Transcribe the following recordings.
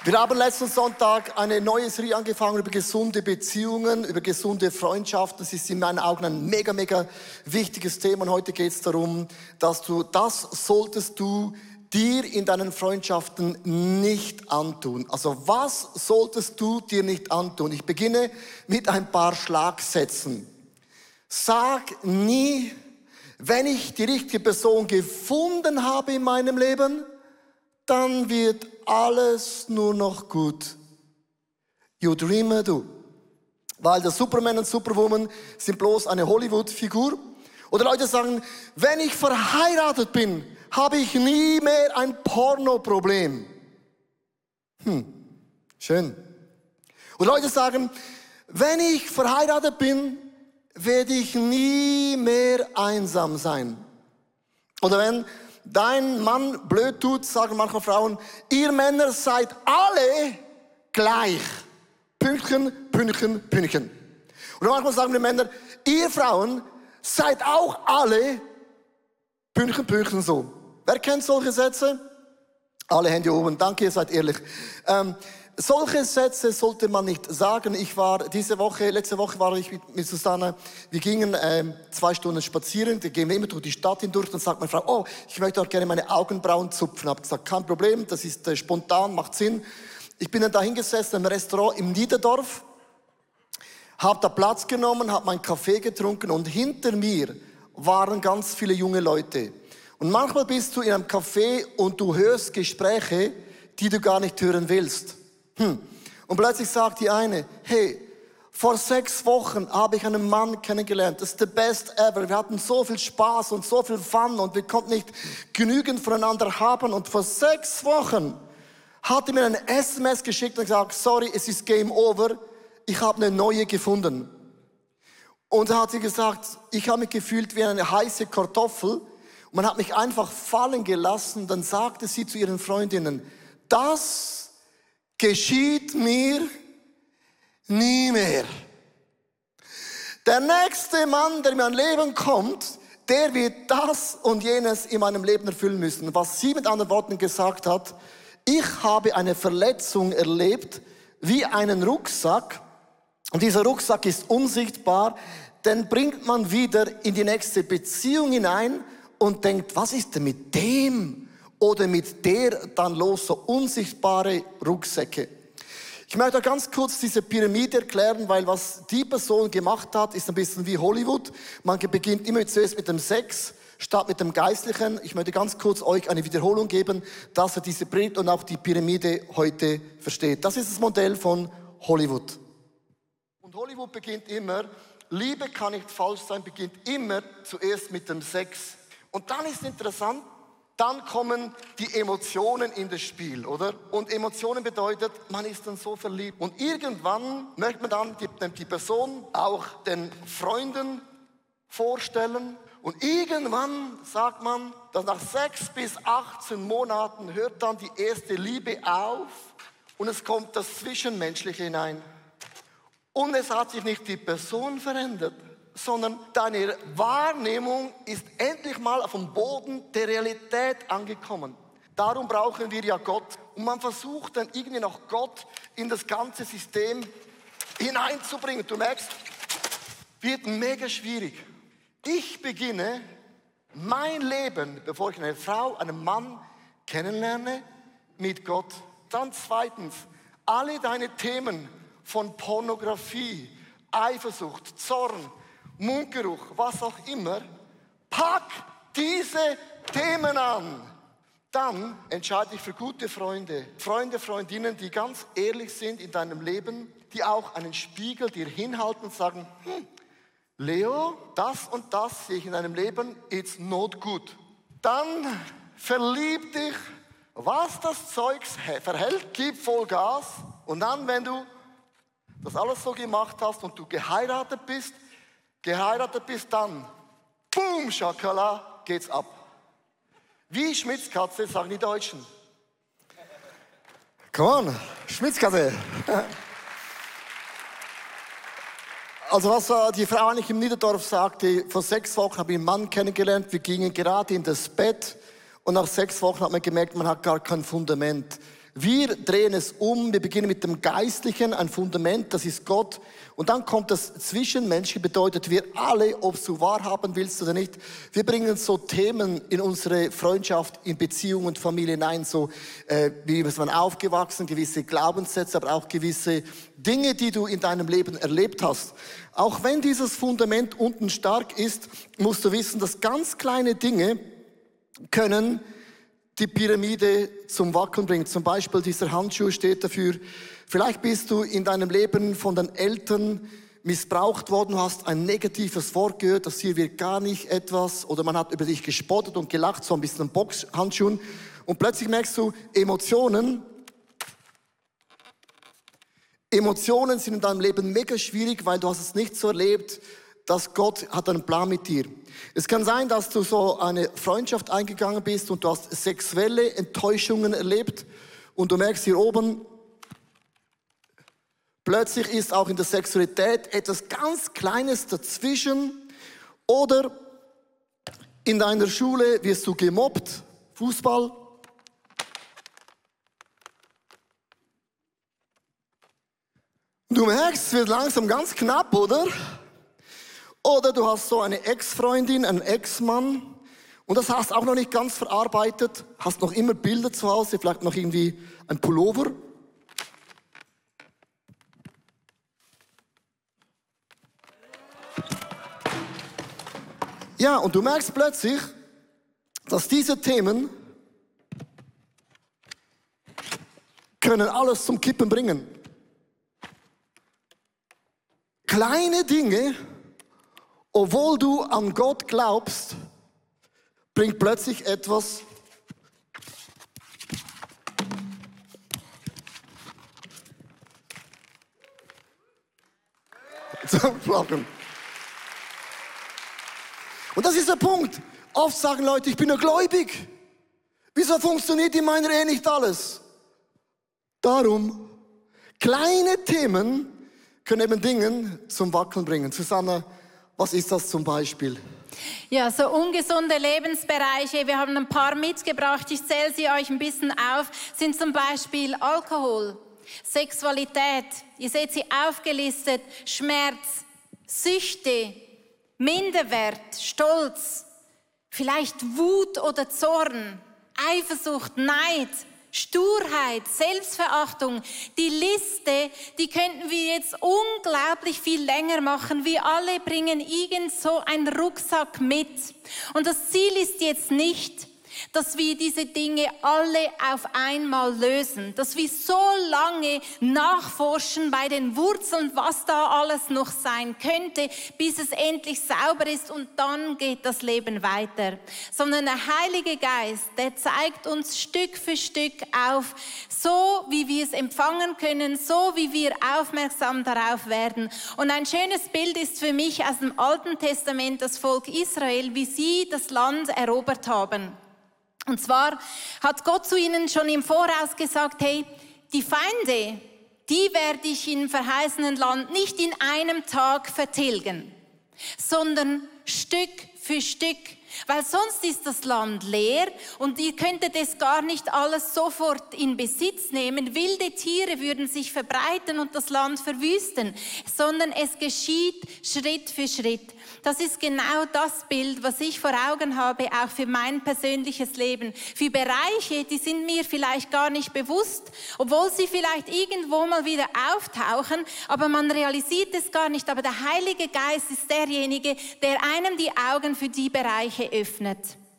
Wir haben letzten Sonntag eine neue Serie angefangen über gesunde Beziehungen, über gesunde Freundschaften. Das ist in meinen Augen ein mega, mega wichtiges Thema. Und heute geht es darum, das solltest du dir in deinen Freundschaften nicht antun. Also was solltest du dir nicht antun? Ich beginne mit ein paar Schlagsätzen. Sag nie, wenn ich die richtige Person gefunden habe in meinem Leben, dann wird alles nur noch gut. You dreamer, du. Weil der Superman und Superwoman sind bloß eine Hollywood-Figur. Oder Leute sagen, wenn ich verheiratet bin, habe ich nie mehr ein Porno-Problem. Schön. Und Leute sagen, wenn ich verheiratet bin, werde ich nie mehr einsam sein. Oder wenn dein Mann blöd tut, sagen manche Frauen, ihr Männer seid alle gleich. Pünktchen, Pünktchen, Pünktchen. Oder manchmal sagen die Männer, ihr Frauen seid auch alle Pünktchen, Pünktchen so. Wer kennt solche Sätze? Alle Hände oben, danke, ihr seid ehrlich. Solche Sätze sollte man nicht sagen. Letzte Woche war ich mit Susanne, wir gingen 2 Stunden spazieren, da gehen wir immer durch die Stadt hindurch, dann sagt meine Frau, oh, ich möchte auch gerne meine Augenbrauen zupfen. Ich habe gesagt, kein Problem, das ist spontan, macht Sinn. Ich bin dann da hingesessen im Restaurant im Niederdorf, habe da Platz genommen, habe meinen Kaffee getrunken und hinter mir waren ganz viele junge Leute. Und manchmal bist du in einem Café und du hörst Gespräche, die du gar nicht hören willst. Und plötzlich sagt die eine, hey, vor 6 Wochen habe ich einen Mann kennengelernt, das ist the best ever. Wir hatten so viel Spaß und so viel Fun und wir konnten nicht genügend voneinander haben. Und vor 6 Wochen hat er mir eine SMS geschickt und gesagt, sorry, es ist Game Over, ich habe eine neue gefunden. Und da hat sie gesagt, ich habe mich gefühlt wie eine heiße Kartoffel. Und man hat mich einfach fallen gelassen. Dann sagte sie zu ihren Freundinnen, das geschieht mir nie mehr. Der nächste Mann, der in mein Leben kommt, der wird das und jenes in meinem Leben erfüllen müssen. Was sie mit anderen Worten gesagt hat, ich habe eine Verletzung erlebt, wie einen Rucksack. Und dieser Rucksack ist unsichtbar, den bringt man wieder in die nächste Beziehung hinein und denkt, was ist denn mit dem oder mit der dann los, so unsichtbare Rucksäcke. Ich möchte ganz kurz diese Pyramide erklären, weil was die Person gemacht hat, ist ein bisschen wie Hollywood. Man beginnt immer zuerst mit dem Sex, statt mit dem Geistlichen. Ich möchte ganz kurz euch eine Wiederholung geben, dass ihr diese Predigt und auch die Pyramide heute versteht. Das ist das Modell von Hollywood. Und Hollywood beginnt immer, Liebe kann nicht falsch sein, beginnt immer zuerst mit dem Sex. Und dann ist interessant, dann kommen die Emotionen in das Spiel, oder? Und Emotionen bedeutet, man ist dann so verliebt. Und irgendwann möchte man dann die Person auch den Freunden vorstellen. Und irgendwann sagt man, dass nach 6 bis 18 Monaten hört dann die erste Liebe auf und es kommt das Zwischenmenschliche hinein. Und es hat sich nicht die Person verändert, sondern deine Wahrnehmung ist endlich mal auf dem Boden der Realität angekommen. Darum brauchen wir ja Gott. Und man versucht dann irgendwie noch Gott in das ganze System hineinzubringen. Du merkst, wird mega schwierig. Ich beginne mein Leben, bevor ich eine Frau, einen Mann kennenlerne, mit Gott. Dann zweitens, alle deine Themen von Pornografie, Eifersucht, Zorn, Mundgeruch, was auch immer, pack diese Themen an. Dann entscheide dich für gute Freunde, Freundinnen, die ganz ehrlich sind in deinem Leben, die auch einen Spiegel dir hinhalten und sagen, Leo, das und das sehe ich in deinem Leben, it's not good. Dann verlieb dich, was das Zeugs verhält, gib Vollgas und dann, wenn du das alles so gemacht hast und du geheiratet bist, dann, boom, Schakala, geht's ab. Wie Schmitzkatze, sagen die Deutschen. Come on, Schmitzkatze. Also was die Frau eigentlich im Niederdorf sagte, vor 6 Wochen habe ich einen Mann kennengelernt, wir gingen gerade in das Bett und nach 6 Wochen hat man gemerkt, man hat gar kein Fundament. Wir drehen es um, wir beginnen mit dem Geistlichen, ein Fundament, das ist Gott. Und dann kommt das Zwischenmenschliche, bedeutet wir alle, ob du wahrhaben willst oder nicht. Wir bringen so Themen in unsere Freundschaft, in Beziehungen und Familie hinein, so wie ist man aufgewachsen, gewisse Glaubenssätze, aber auch gewisse Dinge, die du in deinem Leben erlebt hast. Auch wenn dieses Fundament unten stark ist, musst du wissen, dass ganz kleine Dinge können die Pyramide zum Wackeln bringen. Zum Beispiel dieser Handschuh steht dafür. Vielleicht bist du in deinem Leben von den Eltern missbraucht worden, hast ein negatives Wort gehört, das hier wird gar nicht etwas, oder man hat über dich gespottet und gelacht, so ein bisschen Boxhandschuhen. Und plötzlich merkst du, Emotionen sind in deinem Leben mega schwierig, weil du hast es nicht so erlebt, dass Gott hat einen Plan mit dir. Es kann sein, dass du so eine Freundschaft eingegangen bist und du hast sexuelle Enttäuschungen erlebt und du merkst hier oben, plötzlich ist auch in der Sexualität etwas ganz Kleines dazwischen. Oder in deiner Schule wirst du gemobbt, Fußball. Du merkst, es wird langsam ganz knapp, oder? Oder du hast so eine Ex-Freundin, einen Ex-Mann und das hast auch noch nicht ganz verarbeitet, hast noch immer Bilder zu Hause, vielleicht noch irgendwie ein Pullover. Ja, und du merkst plötzlich, dass diese Themen können alles zum Kippen bringen. Kleine Dinge, obwohl du an Gott glaubst, bringt plötzlich etwas zum Flachen. Und das ist der Punkt. Oft sagen Leute, ich bin ja gläubig. Wieso funktioniert in meiner Ehe nicht alles? Darum, kleine Themen können eben Dinge zum Wackeln bringen. Susanna, was ist das zum Beispiel? Ja, so ungesunde Lebensbereiche, wir haben ein paar mitgebracht, ich zähle sie euch ein bisschen auf, sind zum Beispiel Alkohol, Sexualität, ihr seht sie aufgelistet, Schmerz, Süchte, Minderwert, Stolz, vielleicht Wut oder Zorn, Eifersucht, Neid, Sturheit, Selbstverachtung. Die Liste, die könnten wir jetzt unglaublich viel länger machen. Wir alle bringen irgend so einen Rucksack mit. Und das Ziel ist jetzt nicht, dass wir diese Dinge alle auf einmal lösen, dass wir so lange nachforschen bei den Wurzeln, was da alles noch sein könnte, bis es endlich sauber ist und dann geht das Leben weiter. Sondern der Heilige Geist, der zeigt uns Stück für Stück auf, so wie wir es empfangen können, so wie wir aufmerksam darauf werden. Und ein schönes Bild ist für mich aus dem Alten Testament das Volk Israel, wie sie das Land erobert haben. Und zwar hat Gott zu ihnen schon im Voraus gesagt, hey, die Feinde, die werde ich im verheißenen Land nicht in einem Tag vertilgen, sondern Stück für Stück. Weil sonst ist das Land leer und ihr könntet es gar nicht alles sofort in Besitz nehmen. Wilde Tiere würden sich verbreiten und das Land verwüsten, sondern es geschieht Schritt für Schritt. Das ist genau das Bild, was ich vor Augen habe, auch für mein persönliches Leben. Für Bereiche, die sind mir vielleicht gar nicht bewusst, obwohl sie vielleicht irgendwo mal wieder auftauchen, aber man realisiert es gar nicht. Aber der Heilige Geist ist derjenige, der einem die Augen für die Bereiche öffnet.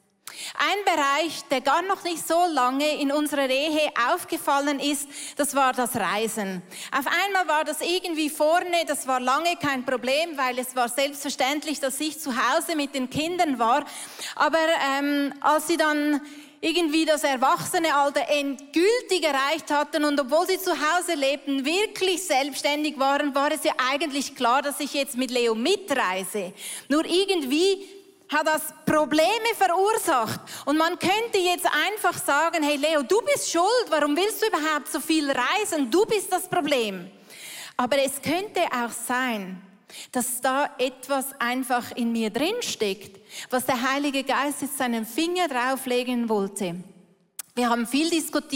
Ein Bereich, der gar noch nicht so lange in unserer Ehe aufgefallen ist, das war das Reisen. Auf einmal war das irgendwie vorne, das war lange kein Problem, weil es war selbstverständlich, dass ich zu Hause mit den Kindern war. Aber als sie dann irgendwie das Erwachsenealter endgültig erreicht hatten und obwohl sie zu Hause lebten, wirklich selbstständig waren, war es ja eigentlich klar, dass ich jetzt mit Leo mitreise. Nur irgendwie hat das Probleme verursacht. Und man könnte jetzt einfach sagen, hey Leo, du bist schuld, warum willst du überhaupt so viel reisen? Du bist das Problem. Aber es könnte auch sein, dass da etwas einfach in mir drin steckt, was der Heilige Geist jetzt seinen Finger drauflegen wollte. Wir haben viel diskutiert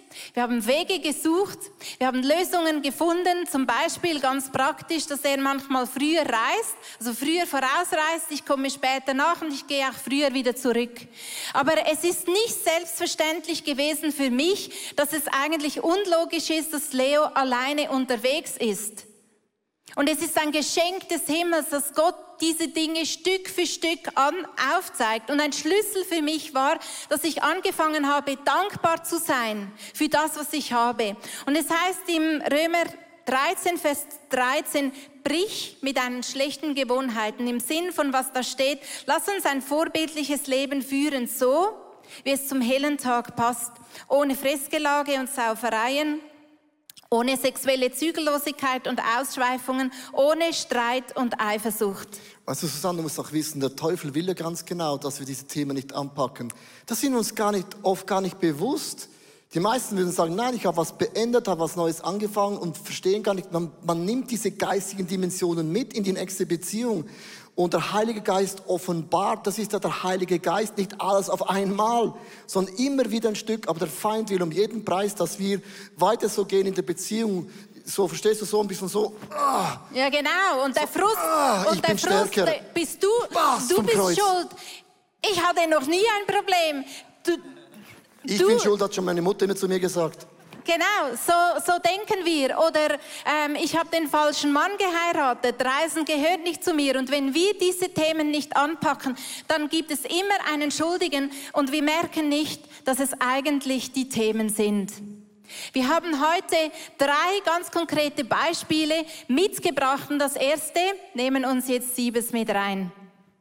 Wir haben Wege gesucht, wir haben Lösungen gefunden, zum Beispiel ganz praktisch, dass er manchmal früher reist, also früher vorausreist, ich komme später nach und ich gehe auch früher wieder zurück. Aber es ist nicht selbstverständlich gewesen für mich, dass es eigentlich unlogisch ist, dass Leo alleine unterwegs ist. Und es ist ein Geschenk des Himmels, dass Gott diese Dinge Stück für Stück aufzeigt. Und ein Schlüssel für mich war, dass ich angefangen habe, dankbar zu sein für das, was ich habe. Und es heißt im Römer 13, Vers 13, brich mit deinen schlechten Gewohnheiten, im Sinn von was da steht, lass uns ein vorbildliches Leben führen, so wie es zum hellen Tag passt, ohne Fressgelage und Saufereien, ohne sexuelle Zügellosigkeit und Ausschweifungen, ohne Streit und Eifersucht. Also Susanne, du musst auch wissen, der Teufel will ja ganz genau, dass wir diese Themen nicht anpacken. Das sind wir uns oft gar nicht bewusst. Die meisten würden sagen, nein, ich habe was beendet, habe was Neues angefangen und verstehen gar nicht, man nimmt diese geistigen Dimensionen mit in die nächste Beziehung. Und der Heilige Geist offenbart, das ist ja der Heilige Geist, nicht alles auf einmal, sondern immer wieder ein Stück. Aber der Feind will um jeden Preis, dass wir weiter so gehen in der Beziehung. So, verstehst du, so ein bisschen so. Ja, genau. Und der Frust, und der Frust bist du. Du bist Kreuz. schuld. Ich hatte noch nie ein Problem. Ich bin schuld, hat schon meine Mutter immer zu mir gesagt. Genau, so denken wir. Oder ich habe den falschen Mann geheiratet, Reisen gehört nicht zu mir. Und wenn wir diese Themen nicht anpacken, dann gibt es immer einen Schuldigen und wir merken nicht, dass es eigentlich die Themen sind. Wir haben heute 3 ganz konkrete Beispiele mitgebracht und das erste, nehmen uns jetzt Siebes mit rein.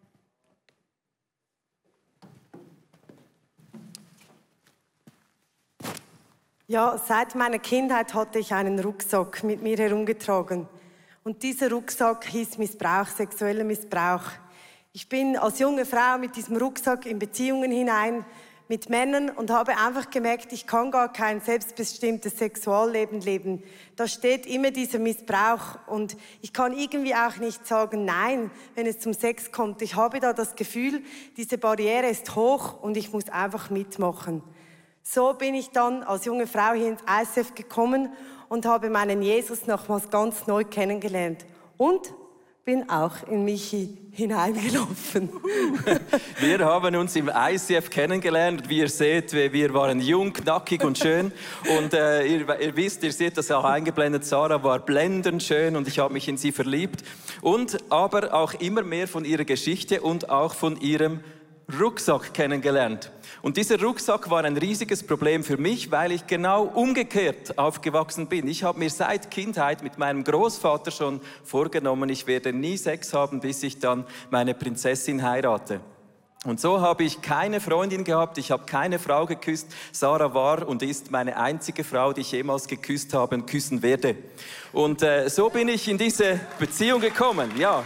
Ja, seit meiner Kindheit hatte ich einen Rucksack mit mir herumgetragen. Und dieser Rucksack hieß Missbrauch, sexueller Missbrauch. Ich bin als junge Frau mit diesem Rucksack in Beziehungen hinein mit Männern und habe einfach gemerkt, ich kann gar kein selbstbestimmtes Sexualleben leben. Da steht immer dieser Missbrauch und ich kann irgendwie auch nicht sagen, nein, wenn es zum Sex kommt. Ich habe da das Gefühl, diese Barriere ist hoch und ich muss einfach mitmachen. So bin ich dann als junge Frau hier ins ICF gekommen und habe meinen Jesus nochmals ganz neu kennengelernt. Und bin auch in Michi hineingelaufen. Wir haben uns im ICF kennengelernt. Wie ihr seht, wir waren jung, knackig und schön. Und ihr seht das auch eingeblendet, Sarah war blendend schön und ich habe mich in sie verliebt. Und aber auch immer mehr von ihrer Geschichte und auch von ihrem Rucksack kennengelernt. Und dieser Rucksack war ein riesiges Problem für mich, weil ich genau umgekehrt aufgewachsen bin. Ich habe mir seit Kindheit mit meinem Großvater schon vorgenommen, ich werde nie Sex haben, bis ich dann meine Prinzessin heirate. Und so habe ich keine Freundin gehabt, ich habe keine Frau geküsst. Sarah war und ist meine einzige Frau, die ich jemals geküsst habe und küssen werde. Und so bin ich in diese Beziehung gekommen, ja.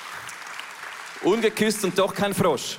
Ungeküsst und doch kein Frosch.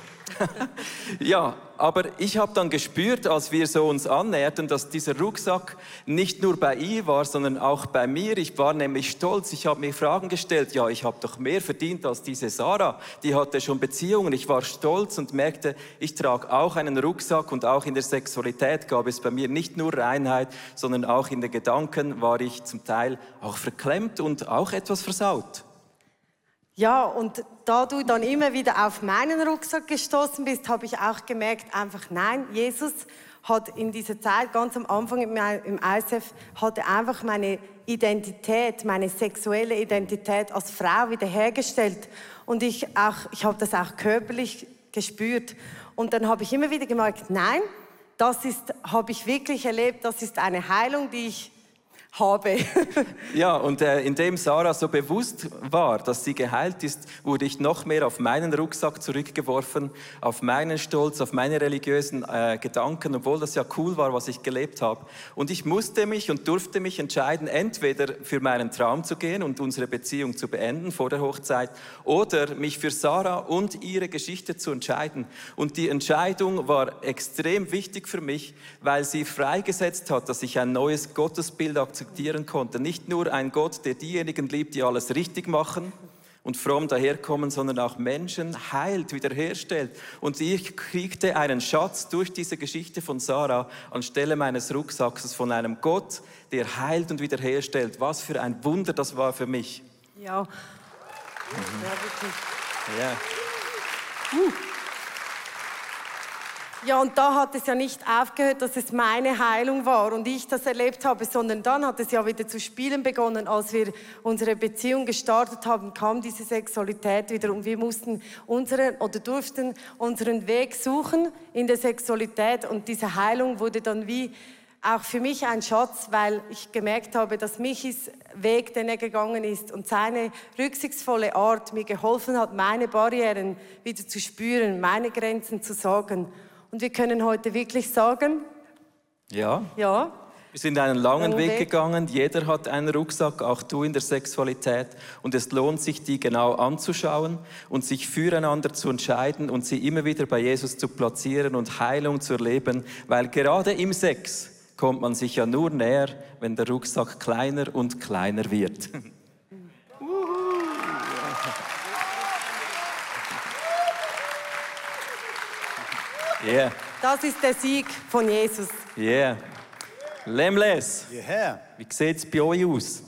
Ja, aber ich habe dann gespürt, als wir so uns annäherten, dass dieser Rucksack nicht nur bei ihr war, sondern auch bei mir. Ich war nämlich stolz, ich habe mir Fragen gestellt, ja, ich habe doch mehr verdient als diese Sarah, die hatte schon Beziehungen. Ich war stolz und merkte, ich trage auch einen Rucksack und auch in der Sexualität gab es bei mir nicht nur Reinheit, sondern auch in den Gedanken war ich zum Teil auch verklemmt und auch etwas versaut. Ja, und da du dann immer wieder auf meinen Rucksack gestoßen bist, habe ich auch gemerkt, einfach nein, Jesus hat in dieser Zeit, ganz am Anfang im ICF, hat er einfach meine Identität, meine sexuelle Identität als Frau wiederhergestellt. Und ich habe das auch körperlich gespürt. Und dann habe ich immer wieder gemerkt, nein, habe ich wirklich erlebt, das ist eine Heilung, die ich habe. Ja, und indem Sarah so bewusst war, dass sie geheilt ist, wurde ich noch mehr auf meinen Rucksack zurückgeworfen, auf meinen Stolz, auf meine religiösen Gedanken, obwohl das ja cool war, was ich gelebt habe. Und ich musste mich und durfte mich entscheiden, entweder für meinen Traum zu gehen und unsere Beziehung zu beenden vor der Hochzeit oder mich für Sarah und ihre Geschichte zu entscheiden. Und die Entscheidung war extrem wichtig für mich, weil sie freigesetzt hat, dass ich ein neues Gottesbild akzeptieren konnte. Nicht nur ein Gott, der diejenigen liebt, die alles richtig machen, und fromm daherkommen, sondern auch Menschen heilt, wiederherstellt. Und ich kriegte einen Schatz durch diese Geschichte von Sarah anstelle meines Rucksacks von einem Gott, der heilt und wiederherstellt. Was für ein Wunder das war für mich. Ja. Ja, wirklich. Ja. Ja, und da hat es ja nicht aufgehört, dass es meine Heilung war und ich das erlebt habe, sondern dann hat es ja wieder zu spielen begonnen. Als wir unsere Beziehung gestartet haben, kam diese Sexualität wieder und wir durften unseren Weg suchen in der Sexualität und diese Heilung wurde dann wie auch für mich ein Schatz, weil ich gemerkt habe, dass Michis Weg, den er gegangen ist und seine rücksichtsvolle Art mir geholfen hat, meine Barrieren wieder zu spüren, meine Grenzen zu sagen. Und wir können heute wirklich sagen, Ja. ja, Wir sind einen langen Weg Weg gegangen. Jeder hat einen Rucksack, auch du in der Sexualität. Und es lohnt sich, die genau anzuschauen und sich füreinander zu entscheiden und sie immer wieder bei Jesus zu platzieren und Heilung zu erleben. Weil gerade im Sex kommt man sich ja nur näher, wenn der Rucksack kleiner und kleiner wird. Yeah, das ist der Sieg von Jesus. yeah. Lemles, Yeah. wie sieht es bei euch aus?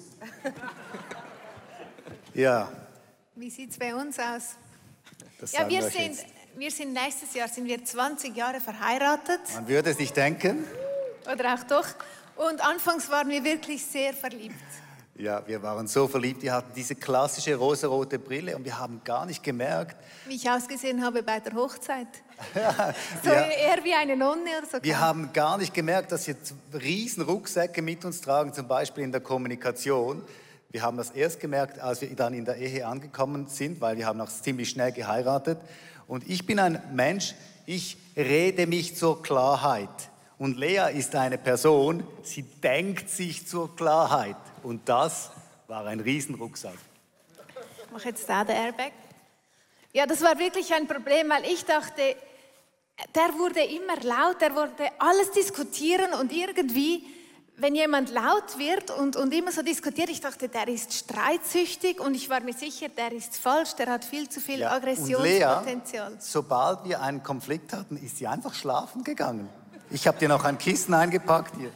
Ja, Wie sieht es bei uns aus? das Ja, sagen wir euch jetzt. wir sind nächstes Jahr 20 Jahre verheiratet. Man würde es nicht denken. Oder auch doch. Und anfangs waren wir wirklich sehr verliebt. Ja, wir waren so verliebt. Die hatten diese klassische rosarote Brille und wir haben gar nicht gemerkt. Wie ich ausgesehen habe bei der Hochzeit. So Ja. eher wie eine Nonne oder so. Wir haben gar nicht gemerkt, dass wir riesen Rucksäcke mit uns tragen, zum Beispiel in der Kommunikation. Wir haben das erst gemerkt, als wir dann in der Ehe angekommen sind, weil wir haben auch ziemlich schnell geheiratet. Und ich bin ein Mensch, ich rede mich zur Klarheit. Und Lea ist eine Person, sie denkt sich zur Klarheit. Und das war ein Riesenrucksack. Ich mache jetzt da den Airbag. Ja, das war wirklich ein Problem, weil ich dachte, der wurde immer laut, der wollte alles diskutieren und irgendwie, wenn jemand laut wird und immer so diskutiert, ich dachte, der ist streitsüchtig und ich war mir sicher, der ist falsch, der hat viel zu viel Ja, Aggressionspotenzial. Und Lea, sobald wir einen Konflikt hatten, ist sie einfach schlafen gegangen. Ich habe dir noch ein Kissen eingepackt hier.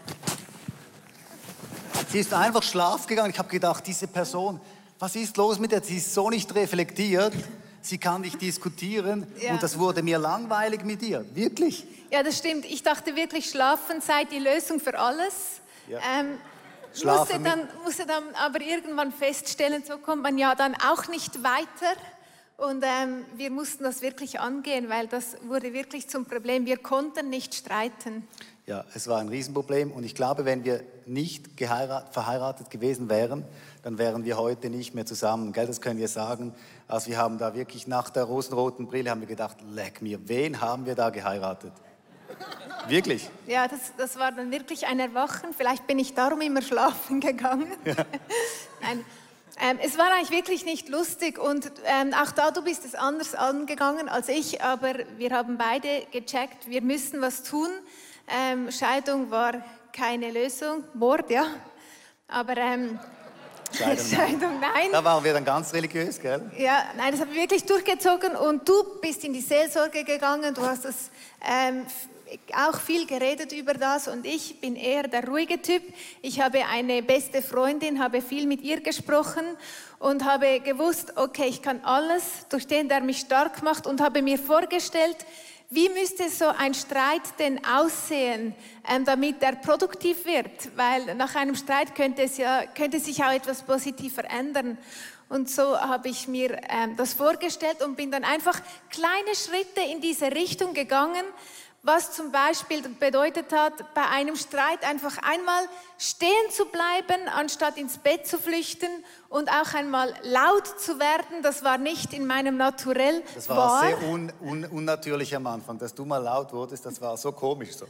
Sie ist einfach schlafen gegangen. Ich habe gedacht, diese Person, was ist los mit der? Sie ist so nicht reflektiert. Sie kann nicht diskutieren. Ja. Und das wurde mir langweilig mit ihr. Wirklich. Ja, das stimmt. Ich dachte wirklich, Schlafen sei die Lösung für alles. Ja. Musste Schlafen dann aber irgendwann feststellen, so kommt man ja dann auch nicht weiter. Und wir mussten das wirklich angehen, weil das wurde wirklich zum Problem. Wir konnten nicht streiten. Ja, es war ein Riesenproblem. Und ich glaube, wenn wir nicht verheiratet gewesen wären, dann wären wir heute nicht mehr zusammen. Gell, das können wir sagen. Also wir haben da wirklich nach der rosenroten Brille haben wir gedacht, leck mir, wen haben wir da geheiratet? Wirklich. Ja, das war dann wirklich ein Erwachen. Vielleicht bin ich darum immer schlafen gegangen. Ja. Nein. Es war eigentlich wirklich nicht lustig und auch da, du bist es anders angegangen als ich, aber wir haben beide gecheckt, wir müssen was tun. Scheidung war keine Lösung, Mord, ja, aber Scheidung nein. Da waren wir dann ganz religiös, gell? Ja, nein, das habe ich wirklich durchgezogen und du bist in die Seelsorge gegangen, du hast das auch viel geredet über das und ich bin eher der ruhige Typ. Ich habe eine beste Freundin, habe viel mit ihr gesprochen und habe gewusst, okay, ich kann alles durch den, der mich stark macht und habe mir vorgestellt, wie müsste so ein Streit denn aussehen, damit er produktiv wird? Weil nach einem Streit könnte sich auch etwas positiv verändern. Und so habe ich mir das vorgestellt und bin dann einfach kleine Schritte in diese Richtung gegangen, was zum Beispiel bedeutet hat, bei einem Streit einfach einmal stehen zu bleiben, anstatt ins Bett zu flüchten und auch einmal laut zu werden. Das war nicht in meinem Naturell. Das war sehr unnatürlich am Anfang, dass du mal laut wurdest, das war so komisch so.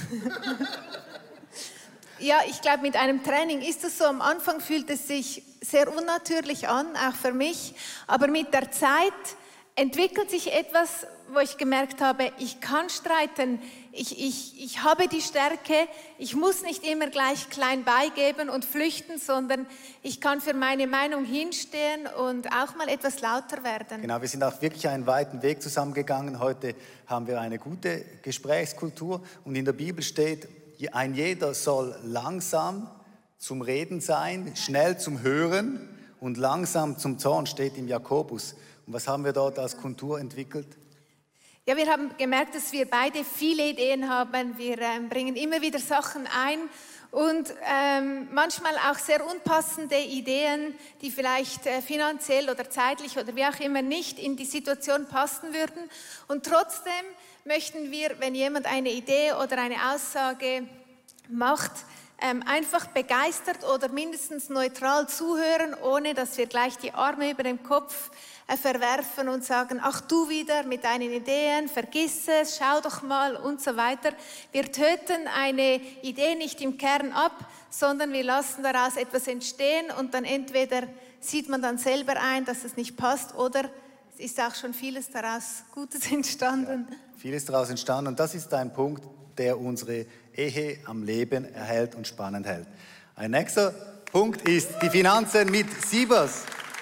Ja, ich glaube, mit einem Training ist es so, am Anfang fühlt es sich sehr unnatürlich an, auch für mich, aber mit der Zeit entwickelt sich etwas, wo ich gemerkt habe, ich kann streiten, ich habe die Stärke, ich muss nicht immer gleich klein beigeben und flüchten, sondern ich kann für meine Meinung hinstehen und auch mal etwas lauter werden. Genau, wir sind auch wirklich einen weiten Weg zusammengegangen. Heute haben wir eine gute Gesprächskultur und in der Bibel steht, ein jeder soll langsam zum Reden sein, schnell zum Hören und langsam zum Zorn, steht im Jakobus. Und was haben wir dort als Kultur entwickelt? Ja, wir haben gemerkt, dass wir beide viele Ideen haben. Wir bringen immer wieder Sachen ein und manchmal auch sehr unpassende Ideen, die vielleicht finanziell oder zeitlich oder wie auch immer nicht in die Situation passen würden. Und trotzdem möchten wir, wenn jemand eine Idee oder eine Aussage macht, einfach begeistert oder mindestens neutral zuhören, ohne dass wir gleich die Arme über dem Kopf verwerfen und sagen, ach du wieder mit deinen Ideen, vergiss es, schau doch mal und so weiter. Wir töten eine Idee nicht im Kern ab, sondern wir lassen daraus etwas entstehen und dann entweder sieht man dann selber ein, dass es nicht passt oder es ist auch schon vieles daraus Gutes entstanden. Ja, vieles daraus entstanden und das ist ein Punkt, der unsere Ehe am Leben erhält und spannend hält. Ein nächster Punkt ist die Finanzen mit Siebers.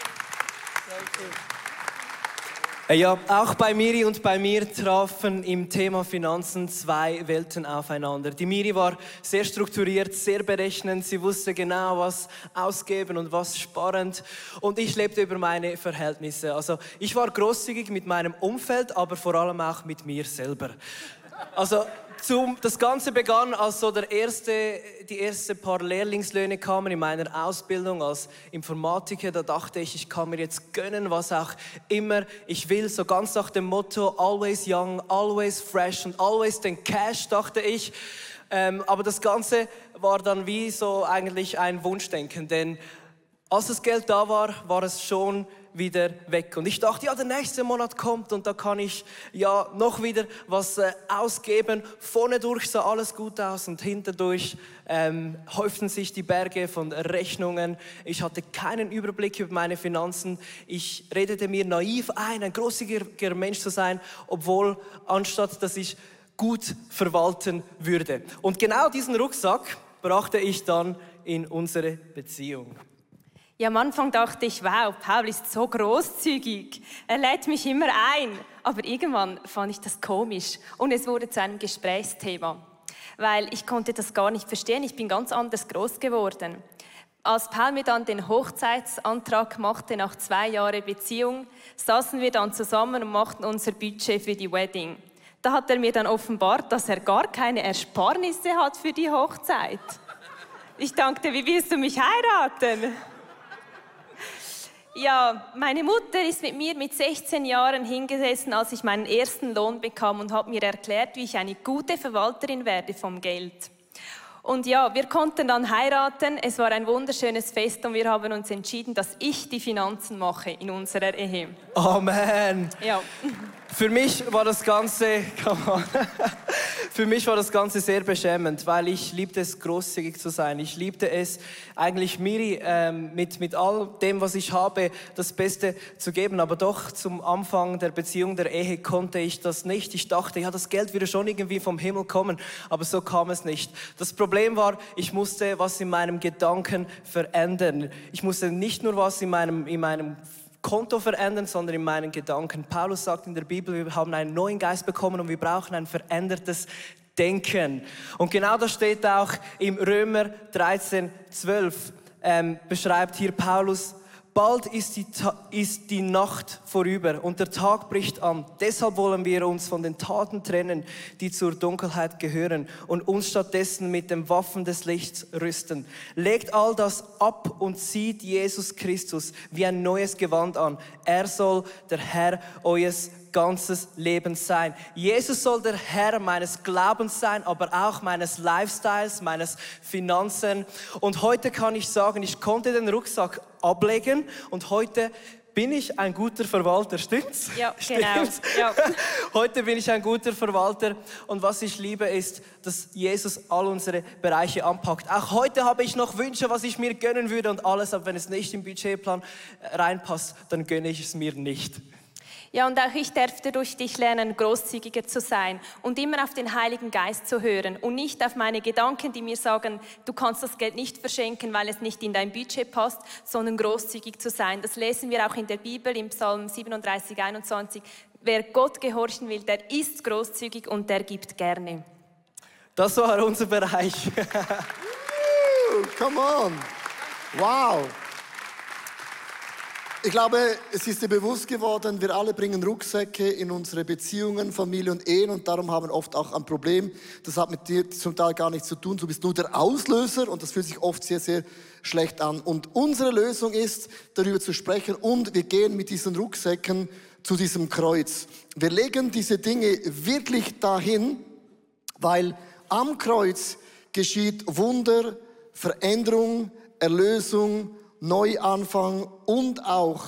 Ja, auch bei Miri und bei mir trafen im Thema Finanzen zwei Welten aufeinander. Die Miri war sehr strukturiert, sehr berechnend. Sie wusste genau, was ausgeben und was sparen. Und ich lebte über meine Verhältnisse. Also ich war großzügig mit meinem Umfeld, aber vor allem auch mit mir selber. Also das Ganze begann, als so die ersten paar Lehrlingslöhne kamen in meiner Ausbildung als Informatiker. Da dachte ich kann mir jetzt gönnen, was auch immer ich will. So ganz nach dem Motto, always young, always fresh und always den Cash, dachte ich. Aber das Ganze war dann wie so eigentlich ein Wunschdenken, denn als das Geld da war, war es schon wieder weg. Und ich dachte, ja, der nächste Monat kommt und da kann ich ja noch wieder was ausgeben. Vorne durch sah alles gut aus und hinterdurch häuften sich die Berge von Rechnungen. Ich hatte keinen Überblick über meine Finanzen. Ich redete mir naiv ein großzügiger Mensch zu sein, obwohl anstatt, dass ich gut verwalten würde. Und genau diesen Rucksack brachte ich dann in unsere Beziehung. Ja, am Anfang dachte ich, wow, Paul ist so großzügig. Er lädt mich immer ein. Aber irgendwann fand ich das komisch und es wurde zu einem Gesprächsthema. Weil ich konnte das gar nicht verstehen. Ich bin ganz anders groß geworden. Als Paul mir dann den Hochzeitsantrag machte nach 2 Jahren Beziehung, saßen wir dann zusammen und machten unser Budget für die Wedding. Da hat er mir dann offenbart, dass er gar keine Ersparnisse hat für die Hochzeit. Ich dachte, wie willst du mich heiraten? Ja, meine Mutter ist mit mir mit 16 Jahren hingesessen, als ich meinen ersten Lohn bekam und hat mir erklärt, wie ich eine gute Verwalterin werde vom Geld. Und ja, wir konnten dann heiraten. Es war ein wunderschönes Fest und wir haben uns entschieden, dass ich die Finanzen mache in unserer Ehe. Amen. Ja. Für mich war das Ganze sehr beschämend, weil ich liebte es, großzügig zu sein. Ich liebte es, eigentlich Miri mit all dem, was ich habe, das Beste zu geben. Aber doch zum Anfang der Beziehung, der Ehe, konnte ich das nicht. Ich dachte, ja, das Geld würde schon irgendwie vom Himmel kommen. Aber so kam es nicht. Das Problem war, ich musste was in meinem Gedanken verändern. Ich musste nicht nur was in meinem Konto verändern, sondern in meinen Gedanken. Paulus sagt in der Bibel, wir haben einen neuen Geist bekommen und wir brauchen ein verändertes Denken. Und genau das steht auch im Römer 13,12. Beschreibt hier Paulus, bald ist die Nacht vorüber und der Tag bricht an. Deshalb wollen wir uns von den Taten trennen, die zur Dunkelheit gehören und uns stattdessen mit den Waffen des Lichts rüsten. Legt all das ab und zieht Jesus Christus wie ein neues Gewand an. Er soll der Herr eures ganzes Leben sein. Jesus soll der Herr meines Glaubens sein, aber auch meines Lifestyles, meines Finanzen. Und heute kann ich sagen, ich konnte den Rucksack ablegen und heute bin ich ein guter Verwalter, stimmt's? Ja, genau. Stimmt's? Ja. Heute bin ich ein guter Verwalter und was ich liebe ist, dass Jesus all unsere Bereiche anpackt. Auch heute habe ich noch Wünsche, was ich mir gönnen würde und alles, aber wenn es nicht im Budgetplan reinpasst, dann gönne ich es mir nicht. Ja, und auch ich durfte durch dich lernen, großzügiger zu sein und immer auf den Heiligen Geist zu hören und nicht auf meine Gedanken, die mir sagen, du kannst das Geld nicht verschenken, weil es nicht in dein Budget passt, sondern großzügig zu sein. Das lesen wir auch in der Bibel, im Psalm 37, 21. Wer Gott gehorchen will, der ist großzügig und der gibt gerne. Das war unser Bereich. Come on. Wow. Ich glaube, es ist dir bewusst geworden, wir alle bringen Rucksäcke in unsere Beziehungen, Familie und Ehen und darum haben wir oft auch ein Problem. Das hat mit dir zum Teil gar nichts zu tun. Du bist nur der Auslöser und das fühlt sich oft sehr, sehr schlecht an. Und unsere Lösung ist, darüber zu sprechen und wir gehen mit diesen Rucksäcken zu diesem Kreuz. Wir legen diese Dinge wirklich dahin, weil am Kreuz geschieht Wunder, Veränderung, Erlösung, Neuanfang und auch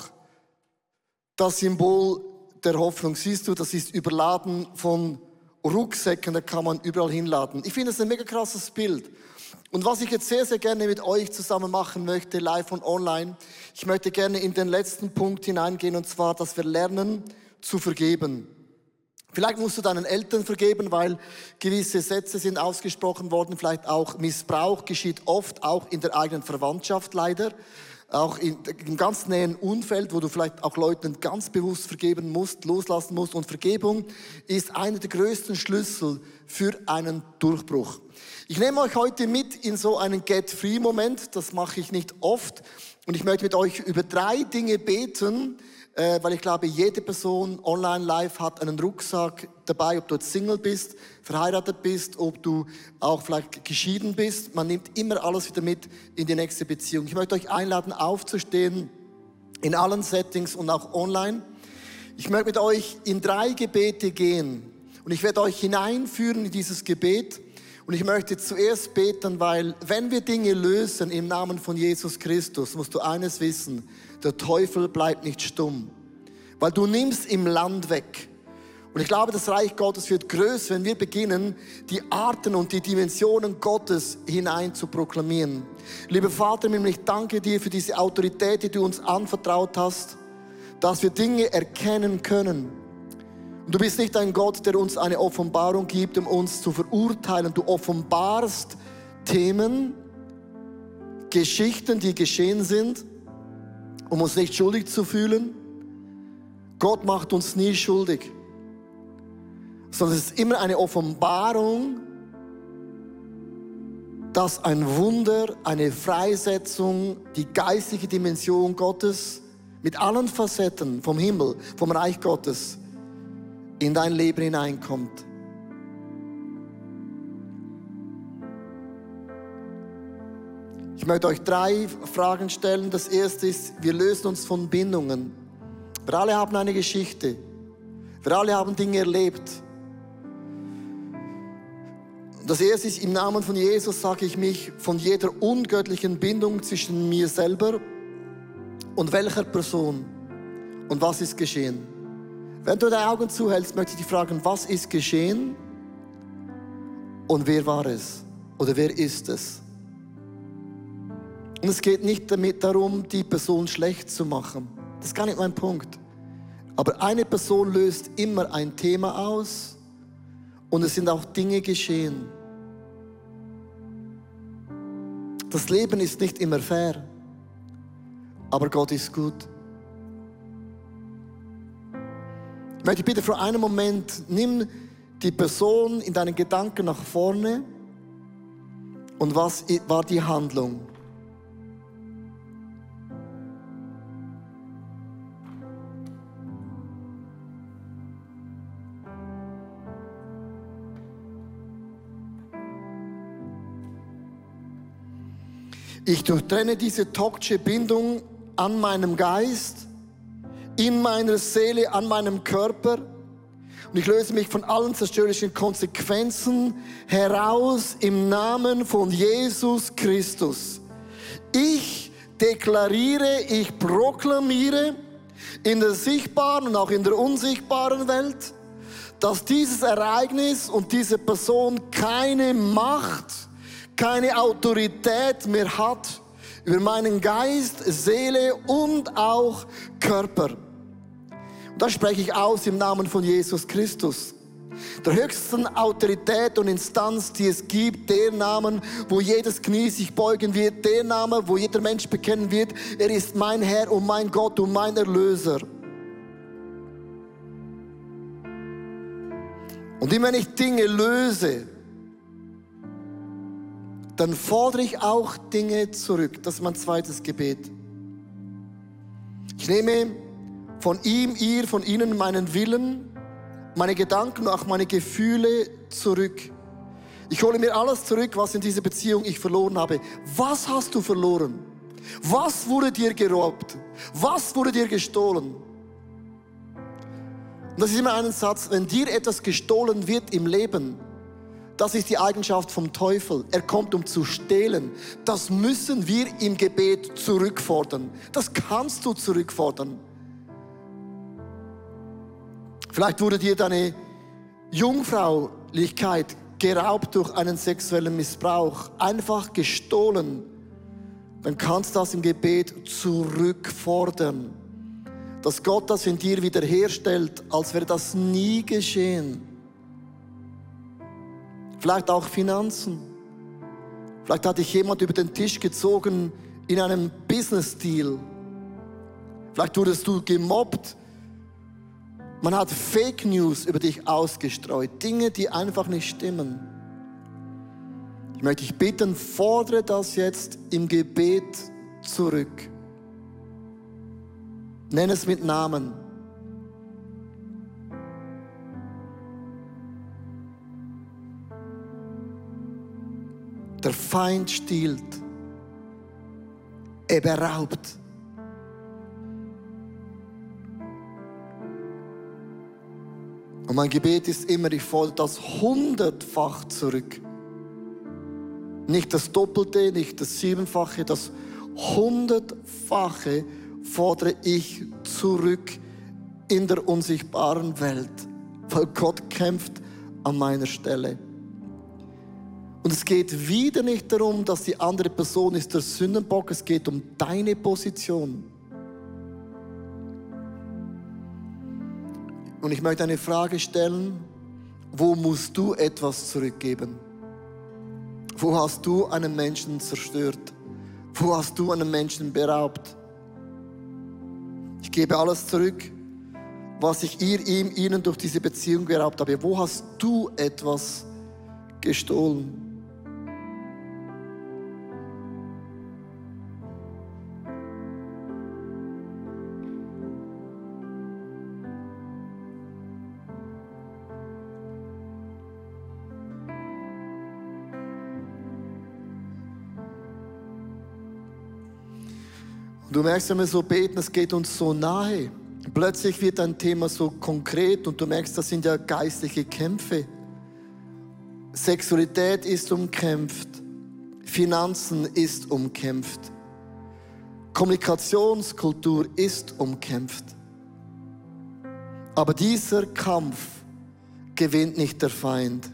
das Symbol der Hoffnung. Siehst du, das ist überladen von Rucksäcken, da kann man überall hinladen. Ich finde es ein mega krasses Bild. Und was ich jetzt sehr, sehr gerne mit euch zusammen machen möchte, live und online, ich möchte gerne in den letzten Punkt hineingehen, und zwar, dass wir lernen zu vergeben. Vielleicht musst du deinen Eltern vergeben, weil gewisse Sätze sind ausgesprochen worden. Vielleicht auch Missbrauch geschieht oft, auch in der eigenen Verwandtschaft leider. Auch im ganz näheren Umfeld, wo du vielleicht auch Leuten ganz bewusst vergeben musst, loslassen musst. Und Vergebung ist einer der größten Schlüssel für einen Durchbruch. Ich nehme euch heute mit in so einen Get-Free-Moment. Das mache ich nicht oft. Und ich möchte mit euch über 3 Dinge beten, weil ich glaube, jede Person online live hat einen Rucksack dabei, ob du jetzt Single bist, verheiratet bist, ob du auch vielleicht geschieden bist. Man nimmt immer alles wieder mit in die nächste Beziehung. Ich möchte euch einladen, aufzustehen in allen Settings und auch online. Ich möchte mit euch in 3 Gebete gehen und ich werde euch hineinführen in dieses Gebet. Und ich möchte zuerst beten, weil wenn wir Dinge lösen im Namen von Jesus Christus, musst du eines wissen: Der Teufel bleibt nicht stumm, weil du nimmst im Land weg. Und ich glaube, das Reich Gottes wird größer, wenn wir beginnen, die Arten und die Dimensionen Gottes hinein zu proklamieren. Lieber Vater, ich danke dir für diese Autorität, die du uns anvertraut hast, dass wir Dinge erkennen können. Und du bist nicht ein Gott, der uns eine Offenbarung gibt, um uns zu verurteilen. Du offenbarst Themen, Geschichten, die geschehen sind, um uns nicht schuldig zu fühlen. Gott macht uns nie schuldig, sondern es ist immer eine Offenbarung, dass ein Wunder, eine Freisetzung, die geistige Dimension Gottes mit allen Facetten vom Himmel, vom Reich Gottes in dein Leben hineinkommt. Ich möchte euch 3 Fragen stellen. Das erste ist, wir lösen uns von Bindungen. Wir alle haben eine Geschichte. Wir alle haben Dinge erlebt. Das erste ist, im Namen von Jesus sage ich mich von jeder ungöttlichen Bindung zwischen mir selber und welcher Person. Und was ist geschehen? Wenn du deine Augen zuhältst, möchte ich dich fragen, was ist geschehen und wer war es oder wer ist es? Und es geht nicht darum, die Person schlecht zu machen. Das ist gar nicht mein Punkt. Aber eine Person löst immer ein Thema aus und es sind auch Dinge geschehen. Das Leben ist nicht immer fair, aber Gott ist gut. Ich möchte bitte für einen Moment, nimm die Person in deinen Gedanken nach vorne und was war die Handlung? Ich durchtrenne diese toxische Bindung an meinem Geist, in meiner Seele, an meinem Körper. Und ich löse mich von allen zerstörerischen Konsequenzen heraus im Namen von Jesus Christus. Ich deklariere, ich proklamiere in der sichtbaren und auch in der unsichtbaren Welt, dass dieses Ereignis und diese Person keine Macht, keine Autorität mehr hat über meinen Geist, Seele und auch Körper. Und das spreche ich aus im Namen von Jesus Christus. Der höchsten Autorität und Instanz, die es gibt, der Namen, wo jedes Knie sich beugen wird, der Name, wo jeder Mensch bekennen wird, er ist mein Herr und mein Gott und mein Erlöser. Und immer wenn ich Dinge löse, dann fordere ich auch Dinge zurück. Das ist mein zweites Gebet. Ich nehme von ihm, ihr, von ihnen meinen Willen, meine Gedanken und auch meine Gefühle zurück. Ich hole mir alles zurück, was in dieser Beziehung ich verloren habe. Was hast du verloren? Was wurde dir geraubt? Was wurde dir gestohlen? Und das ist immer ein Satz, wenn dir etwas gestohlen wird im Leben, das ist die Eigenschaft vom Teufel. Er kommt, um zu stehlen. Das müssen wir im Gebet zurückfordern. Das kannst du zurückfordern. Vielleicht wurde dir deine Jungfräulichkeit geraubt durch einen sexuellen Missbrauch, einfach gestohlen. Dann kannst du das im Gebet zurückfordern. Dass Gott das in dir wiederherstellt, als wäre das nie geschehen. Vielleicht auch Finanzen. Vielleicht hat dich jemand über den Tisch gezogen in einem Business-Deal. Vielleicht wurdest du gemobbt. Man hat Fake News über dich ausgestreut. Dinge, die einfach nicht stimmen. Ich möchte dich bitten, fordere das jetzt im Gebet zurück. Nenn es mit Namen. Der Feind stiehlt. Er beraubt. Und mein Gebet ist immer, ich fordere das 100-fach zurück. Nicht das Doppelte, nicht das 7-fache, das 100-fache fordere ich zurück in der unsichtbaren Welt, weil Gott kämpft an meiner Stelle. Und es geht wieder nicht darum, dass die andere Person ist der Sündenbock, es geht um deine Position. Und ich möchte eine Frage stellen, wo musst du etwas zurückgeben? Wo hast du einen Menschen zerstört? Wo hast du einen Menschen beraubt? Ich gebe alles zurück, was ich ihnen durch diese Beziehung geraubt habe. Wo hast du etwas gestohlen? Du merkst, wenn wir so beten, es geht uns so nahe. Plötzlich wird ein Thema so konkret und du merkst, das sind ja geistliche Kämpfe. Sexualität ist umkämpft. Finanzen ist umkämpft. Kommunikationskultur ist umkämpft. Aber dieser Kampf gewinnt nicht der Feind.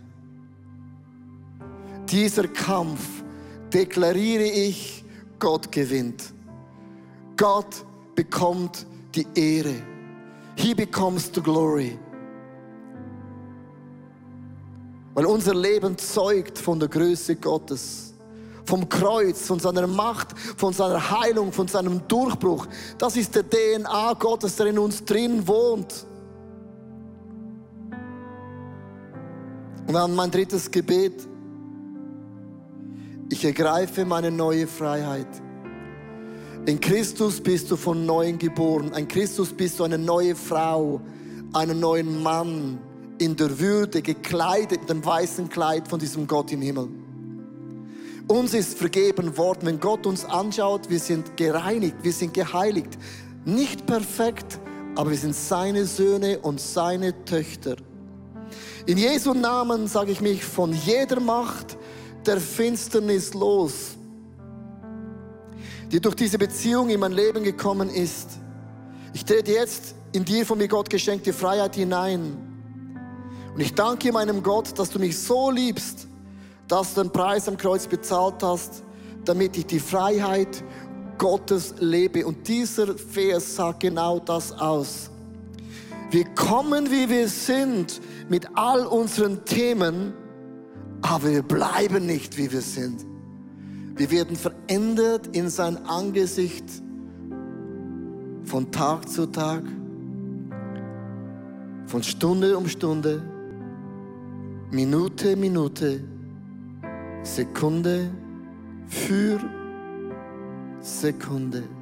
Dieser Kampf, deklariere ich, Gott gewinnt. Gott bekommt die Ehre. He becomes the glory. Weil unser Leben zeugt von der Größe Gottes. Vom Kreuz, von seiner Macht, von seiner Heilung, von seinem Durchbruch. Das ist der DNA Gottes, der in uns drin wohnt. Und dann mein drittes Gebet. Ich ergreife meine neue Freiheit. In Christus bist du von Neuem geboren. In Christus bist du eine neue Frau, einen neuen Mann, in der Würde, gekleidet mit dem weißen Kleid von diesem Gott im Himmel. Uns ist vergeben worden, wenn Gott uns anschaut, wir sind gereinigt, wir sind geheiligt. Nicht perfekt, aber wir sind seine Söhne und seine Töchter. In Jesu Namen sage ich mich von jeder Macht der Finsternis los, die durch diese Beziehung in mein Leben gekommen ist. Ich trete jetzt in dir von mir Gott geschenkte Freiheit hinein. Und ich danke meinem Gott, dass du mich so liebst, dass du den Preis am Kreuz bezahlt hast, damit ich die Freiheit Gottes lebe. Und dieser Vers sagt genau das aus. Wir kommen, wie wir sind, mit all unseren Themen, aber wir bleiben nicht, wie wir sind. Wir werden verändert in sein Angesicht von Tag zu Tag, von Stunde um Stunde, Minute, Minute, Sekunde für Sekunde.